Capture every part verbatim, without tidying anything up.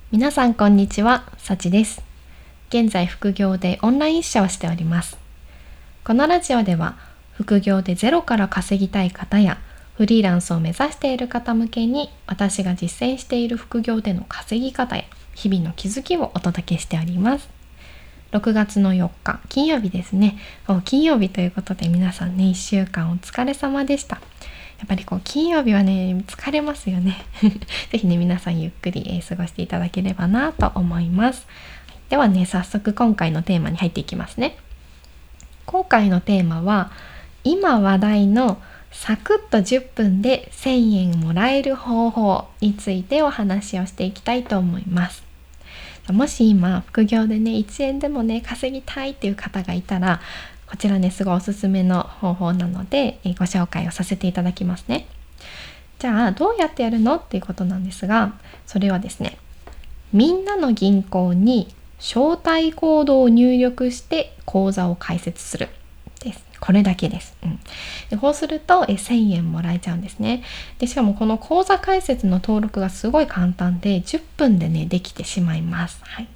皆さんこんにちは、さちです。現在副業でオンライン一社をしております。このラジオでは副業でゼロから稼ぎたい方やフリーランスを目指している方向けに、私が実践している副業での稼ぎ方や日々の気づきをお届けしております。ろくがつのよっか金曜日ですね。金曜日ということで皆さんね、いっしゅうかんお疲れ様でした。やっぱりこう金曜日はね疲れますよねぜひね皆さんゆっくり、えー、過ごしていただければなと思います。ではね、早速今回のテーマに入っていきますね。今回のテーマは、今話題のサクッとじゅっぷんでせんえんもらえる方法についてお話をしていきたいと思います。もし今副業でねいちえんでもね稼ぎたいっていう方がいたら、こちらねすごいおすすめの方法なので、えご紹介をさせていただきますね。じゃあどうやってやるのっていうことなんですが、それはですね、みんなの銀行に招待コードを入力して口座を開設するです。これだけです。うん、でこうするとえせんえんもらえちゃうんですね。でしかもこの口座開設の登録がすごい簡単でじゅっぷんでねできてしまいます。はい、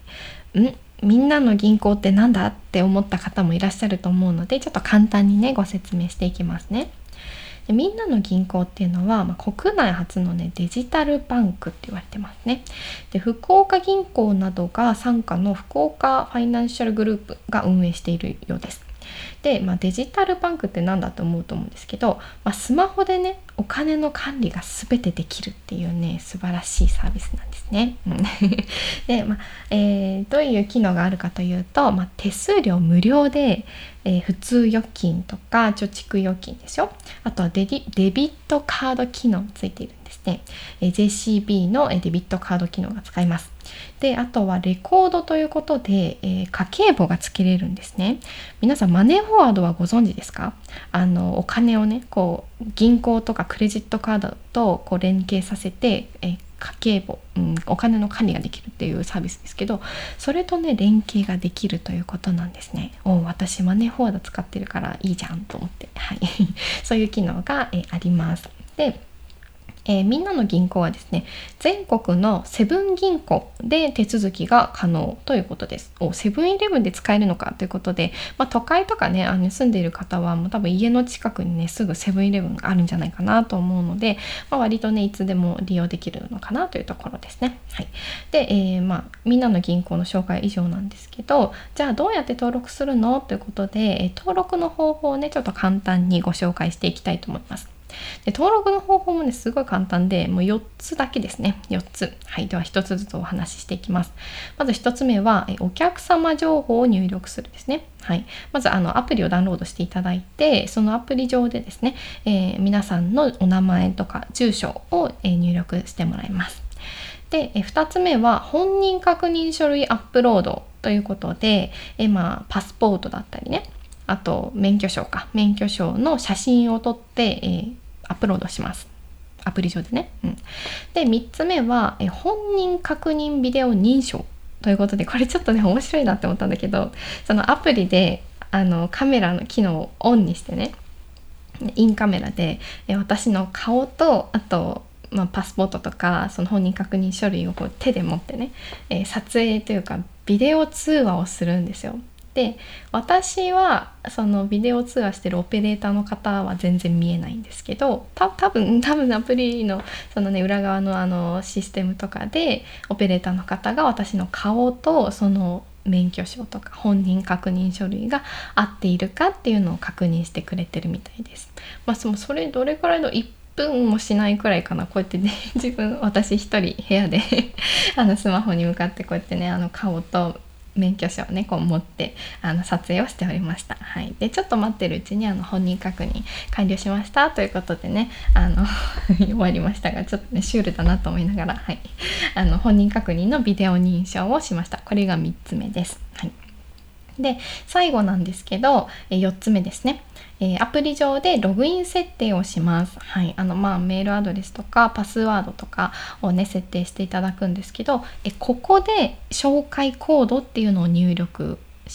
んみんなの銀行ってなんだって思った方もいらっしゃると思うので、ちょっと簡単にねご説明していきますね。でみんなの銀行っていうのは、まあ、国内初のねデジタルバンクって言われてますね。で福岡銀行などが傘下の福岡ファイナンシャルグループが運営しているようです。で、まあ、デジタルバンクって何だと思うと思うんですけど、まあ、スマホでねお金の管理が全てできるっていうね素晴らしいサービスなんですね。で、まあえー、どういう機能があるかというと、まあ、手数料無料で、えー、普通預金とか貯蓄預金でしょ、あとはデビ、デビットカード機能もついているんですね。えー、ジェーシービー のデビットカード機能が使えます。であとはレコードということで、えー、家計簿がつけれるんですね。皆さんマネーフォワードはご存知ですか？あのお金をねこう銀行とかクレジットカードとこう連携させて、えー、家計簿、うん、お金の管理ができるっていうサービスですけど、それとね連携ができるということなんですね。お私マネーフォワード使ってるからいいじゃんと思って、はい、そういう機能が、えー、あります。でえー、みんなの銀行はですね、全国のセブン銀行で手続きが可能ということです。おセブンイレブンで使えるのかということで、まあ、都会とかねあの住んでいる方はもう多分家の近くにねすぐセブンイレブンがあるんじゃないかなと思うので、まあ、割とねいつでも利用できるのかなというところですね。はい、で、えーまあ、みんなの銀行の紹介以上なんですけど、じゃあどうやって登録するのということで、えー、登録の方法をねちょっと簡単にご紹介していきたいと思います。で登録の方法もねすごい簡単で、もうよっつだけですね。よっつ。はい、ではひとつずつお話ししていきます。まずひとつめはお客様情報を入力するですね。はい、まずあのアプリをダウンロードしていただいて、そのアプリ上でですね、えー、皆さんのお名前とか住所を、えー、入力してもらいます。でふたつめは本人確認書類アップロードということで、えーまあ、パスポートだったりね、あと免許証か免許証の写真を撮って、えーアップロードします。アプリ上でね。うん、でみっつめはえ本人確認ビデオ認証ということで、これちょっとね面白いなって思ったんだけど、そのアプリであのカメラの機能をオンにしてね、インカメラでえ私の顔とあとまあ、パスポートとかその本人確認書類をこう手で持ってね、えー、撮影というかビデオ通話をするんですよ。で私はそのビデオ通話してるオペレーターの方は全然見えないんですけど、た多分多分アプリのそのね裏側のあのシステムとかでオペレーターの方が私の顔とその免許証とか本人確認書類が合っているかっていうのを確認してくれてるみたいです。まあそのそれどれくらいのいっぷんもしないくらいかな、こうやってね自分私一人部屋であのスマホに向かってこうやってねあの顔と免許証をねこう持ってあの撮影をしておりました。はい、でちょっと待ってるうちにあの本人確認完了しましたということでねあの終わりましたが、ちょっとねシュールだなと思いながら、はい、あの本人確認のビデオ認証をしました。これがみっつめです。はい、で最後なんですけどよっつめですね。アプリ上でログイン設定をします。はい、あのまあメールアドレスとかパスワードとかをね設定していただくんですけど、えここで紹介コードっていうのを入力します。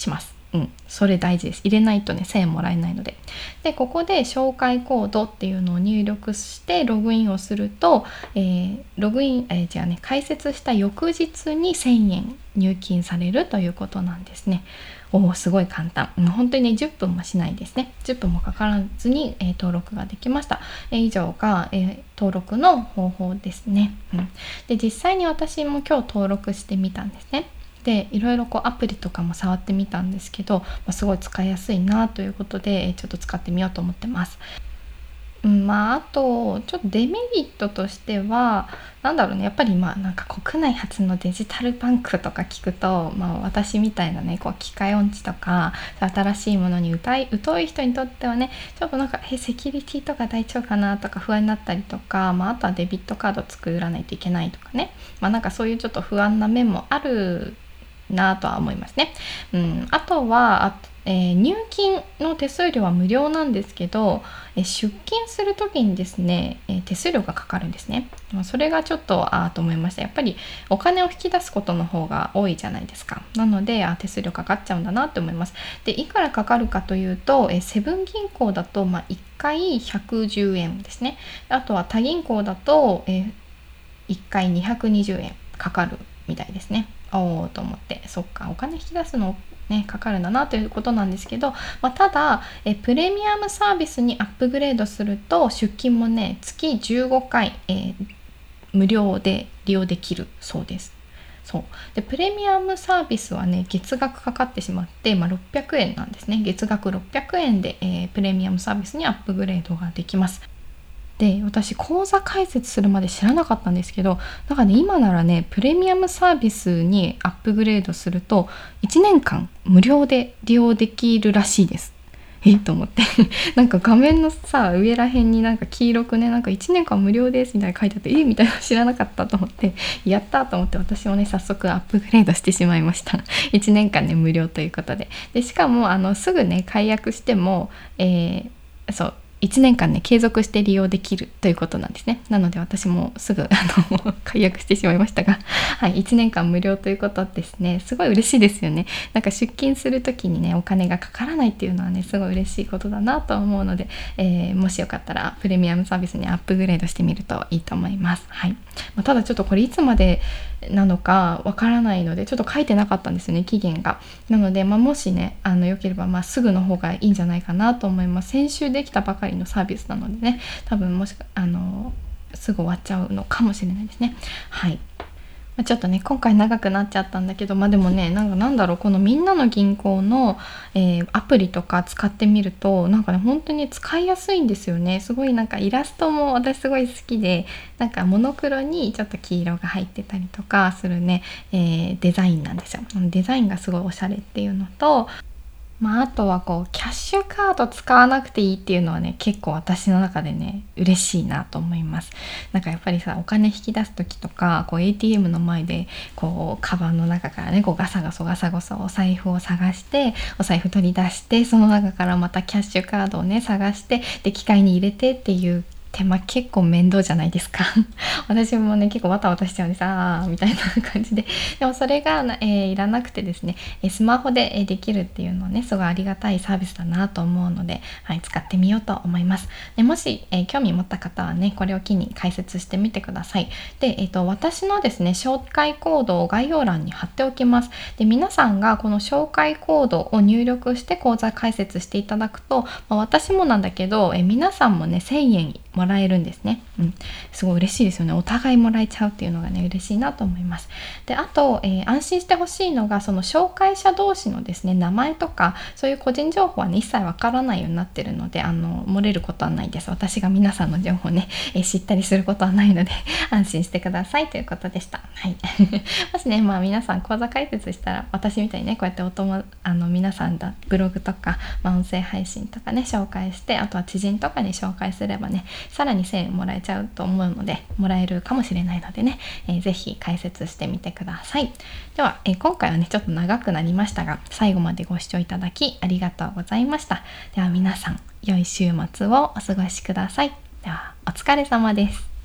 うん、それ大事です。入れないとねせんえんもらえないので。でここで紹介コードっていうのを入力してログインをすると、えー、ログイン、えー、じゃあね開設した翌日にせんえん入金されるということなんですね。おお、すごい簡単。もう本当にねじゅっぷんもしないですね。じゅっぷんもかからずに、えー、登録ができました。えー、以上が、えー、登録の方法ですね。うん、で実際に私も今日登録してみたんですね。でいろいろこうアプリとかも触ってみたんですけど、まあ、すごい使いやすいなということでちょっと使ってみようと思ってます。うん、まああとちょっとデメリットとしてはなんだろうね、やっぱりまあなんか国内初のデジタルバンクとか聞くと、まあ、私みたいなねこう機械音痴とか新しいものに疎い疎い人にとってはねちょっとなんかえセキュリティとか大丈夫かなとか不安になったりとか、まあ、あとはデビットカード作らないといけないとかね、まあ、なんかそういうちょっと不安な面もあるなとは思いますね。うん、あとはあ、えー、入金の手数料は無料なんですけど、えー、出金する時にですね、えー、手数料がかかるんですね。それがちょっとあと思いました。やっぱりお金を引き出すことの方が多いじゃないですか。なのであ手数料かかっちゃうんだなって思います。でいくらかかるかというと、えー、セブン銀行だと、まあ、いっかいひゃくじゅうえんですね。あとは他銀行だと、えー、いっかいにひゃくにじゅうえんかかるみたいですね。おーと思って、そっかお金引き出すのねかかるんだなということなんですけど、まあ、ただえプレミアムサービスにアップグレードすると出金もね月じゅうごかい、えー、無料で利用できるそうです。そうでプレミアムサービスはね月額かかってしまって、まあ、ろっぴゃくえんなんですね。月額ろっぴゃくえんで、えー、プレミアムサービスにアップグレードができます。で私口座開設するまで知らなかったんですけど、なんかね今ならねプレミアムサービスにアップグレードするといちねんかん無料で利用できるらしいです。えと思ってなんか画面のさ上らへんになんか黄色くねなんかいちねんかん無料ですみたいな書いてあってえみたいな知らなかったと思ってやったと思って私もね早速アップグレードしてしまいましたいちねんかんね無料ということで、でしかもあのすぐね解約しても、えー、そういちねんかんね継続して利用できるということなんですね。なので私もすぐあの解約してしまいましたが、はい、いちねんかん無料ということですね。すごい嬉しいですよね。なんか出勤する時にねお金がかからないっていうのはねすごい嬉しいことだなと思うので、えー、もしよかったらプレミアムサービスにアップグレードしてみるといいと思います。はい、まあ、ただちょっとこれいつまでなのかわからないのでちょっと書いてなかったんですよね期限が。なので、まあ、もしねあのよければ、まあ、すぐの方がいいんじゃないかなと思います。先週できたばかりのサービスなのでね多分もしあのすぐ終わっちゃうのかもしれないですね。はい、ちょっとね今回長くなっちゃったんだけど、まあでもねなんかなんだろうこのみんなの銀行の、えー、アプリとか使ってみるとなんかね本当に使いやすいんですよね。すごいなんかイラストも私すごい好きで、なんかモノクロにちょっと黄色が入ってたりとかするね、えー、デザインなんですよ。デザインがすごいおしゃれっていうのと、まあ、あとはこうキャッシュカード使わなくていいっていうのはね結構私の中でね嬉しいなと思います。なんかやっぱりさお金引き出す時とかこう エーティーエム の前でこうカバンの中からねこうガサガサガサガサお財布を探してお財布取り出してその中からまたキャッシュカードをね探してで機械に入れてっていう手間結構面倒じゃないですか私もね結構わたわたしちゃうんですあーみたいな感じで、でもそれが、えー、いらなくてですねスマホでできるっていうのはねすごいありがたいサービスだなと思うので、はい、使ってみようと思います。でもし、えー、興味持った方はねこれを機に解説してみてください。で、えーと、私のですね紹介コードを概要欄に貼っておきます。で皆さんがこの紹介コードを入力して講座解説していただくと、まあ、私もなんだけど、えー、皆さんもねせんえんもらえるんですね、うん、すごい嬉しいですよね。お互いもらえちゃうっていうのがね嬉しいなと思います。であと、えー、安心してほしいのがその紹介者同士のですね名前とかそういう個人情報はね一切わからないようになってるのであの漏れることはないです。私が皆さんの情報をね、えー、知ったりすることはないので安心してくださいということでした。はいもしねまあ皆さん講座解説したら私みたいにねこうやってお友あの皆さんだブログとか、まあ、音声配信とかね紹介してあとは知人とかに紹介すればねさらにせんえんもらえちゃうと思うのでもらえるかもしれないのでね、えー、ぜひ解説してみてください。では、えー、今回はねちょっと長くなりましたが最後までご視聴いただきありがとうございました。では皆さん良い週末をお過ごしください。ではお疲れ様です。